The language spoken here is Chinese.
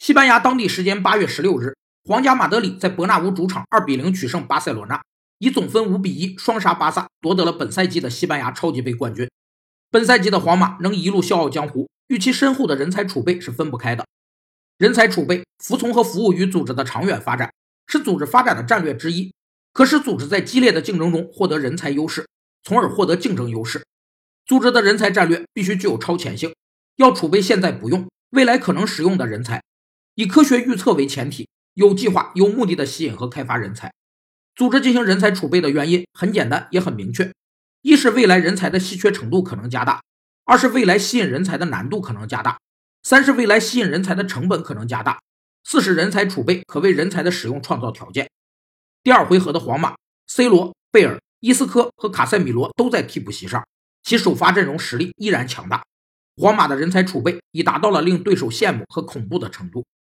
西班牙当地时间8月16日，皇家马德里在伯纳乌主场2-0取胜巴塞罗那，以总分5-1双杀巴萨，夺得了本赛季的西班牙超级杯冠军。本赛季的皇马能一路笑傲江湖，与其深厚的人才储备是分不开的。人才储备服从和服务于组织的长远发展，是组织发展的战略之一，可使组织在激烈的竞争中获得人才优势，从而获得竞争优势。组织的人才战略必须具有超前性，要储备现在不用、未来可能使用的人才，以科学预测为前提，有计划、有目的的吸引和开发人才。组织进行人才储备的原因很简单也很明确，一是未来人才的稀缺程度可能加大，二是未来吸引人才的难度可能加大，三是未来吸引人才的成本可能加大，四是人才储备可为人才的使用创造条件。第二回合的皇马 C 罗、贝尔、伊斯科和卡塞米罗都在替补席上，其首发阵容实力依然强大。皇马的人才储备已达到了令对手羡慕和恐怖的程度。